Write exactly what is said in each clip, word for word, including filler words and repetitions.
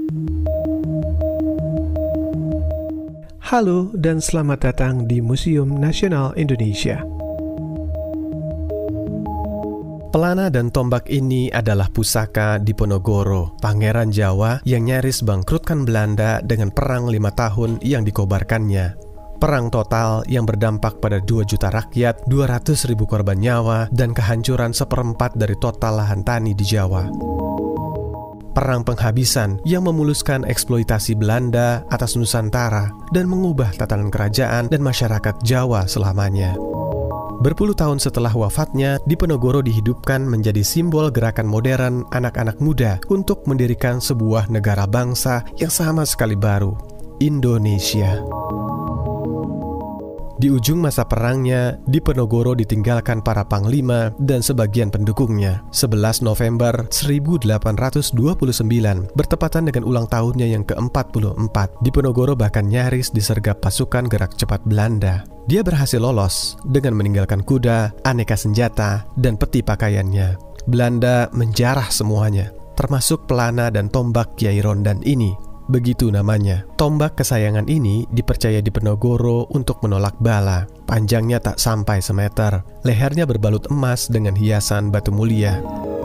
Halo dan selamat datang di Museum Nasional Indonesia. Pelana dan tombak ini adalah pusaka Diponegoro, pangeran Jawa yang nyaris bangkrutkan Belanda dengan perang lima tahun yang dikobarkannya. Perang total yang berdampak pada dua juta rakyat, dua ratus ribu korban nyawa, dan kehancuran seperempat dari total lahan tani di Jawa. Perang penghabisan yang memuluskan eksploitasi Belanda atas Nusantara dan mengubah tatanan kerajaan dan masyarakat Jawa selamanya. Berpuluh tahun setelah wafatnya, Diponegoro dihidupkan menjadi simbol gerakan modern anak-anak muda untuk mendirikan sebuah negara bangsa yang sama sekali baru, Indonesia. Di ujung masa perangnya, Diponegoro ditinggalkan para panglima dan sebagian pendukungnya. sebelas November seribu delapan ratus dua puluh sembilan, bertepatan dengan ulang tahunnya yang ke empat puluh empat, Diponegoro bahkan nyaris disergap pasukan gerak cepat Belanda. Dia berhasil lolos dengan meninggalkan kuda, aneka senjata, dan peti pakaiannya. Belanda menjarah semuanya, termasuk pelana dan tombak Kiai Rondan ini. Begitu namanya. Tombak kesayangan ini dipercaya Diponegoro untuk menolak bala. Panjangnya tak sampai semeter. Lehernya berbalut emas dengan hiasan batu mulia.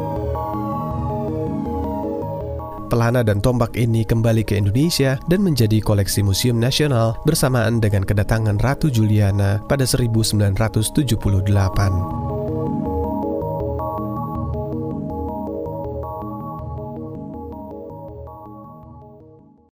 Pelana dan tombak ini kembali ke Indonesia dan menjadi koleksi Museum Nasional bersamaan dengan kedatangan Ratu Juliana pada seribu sembilan ratus tujuh puluh delapan.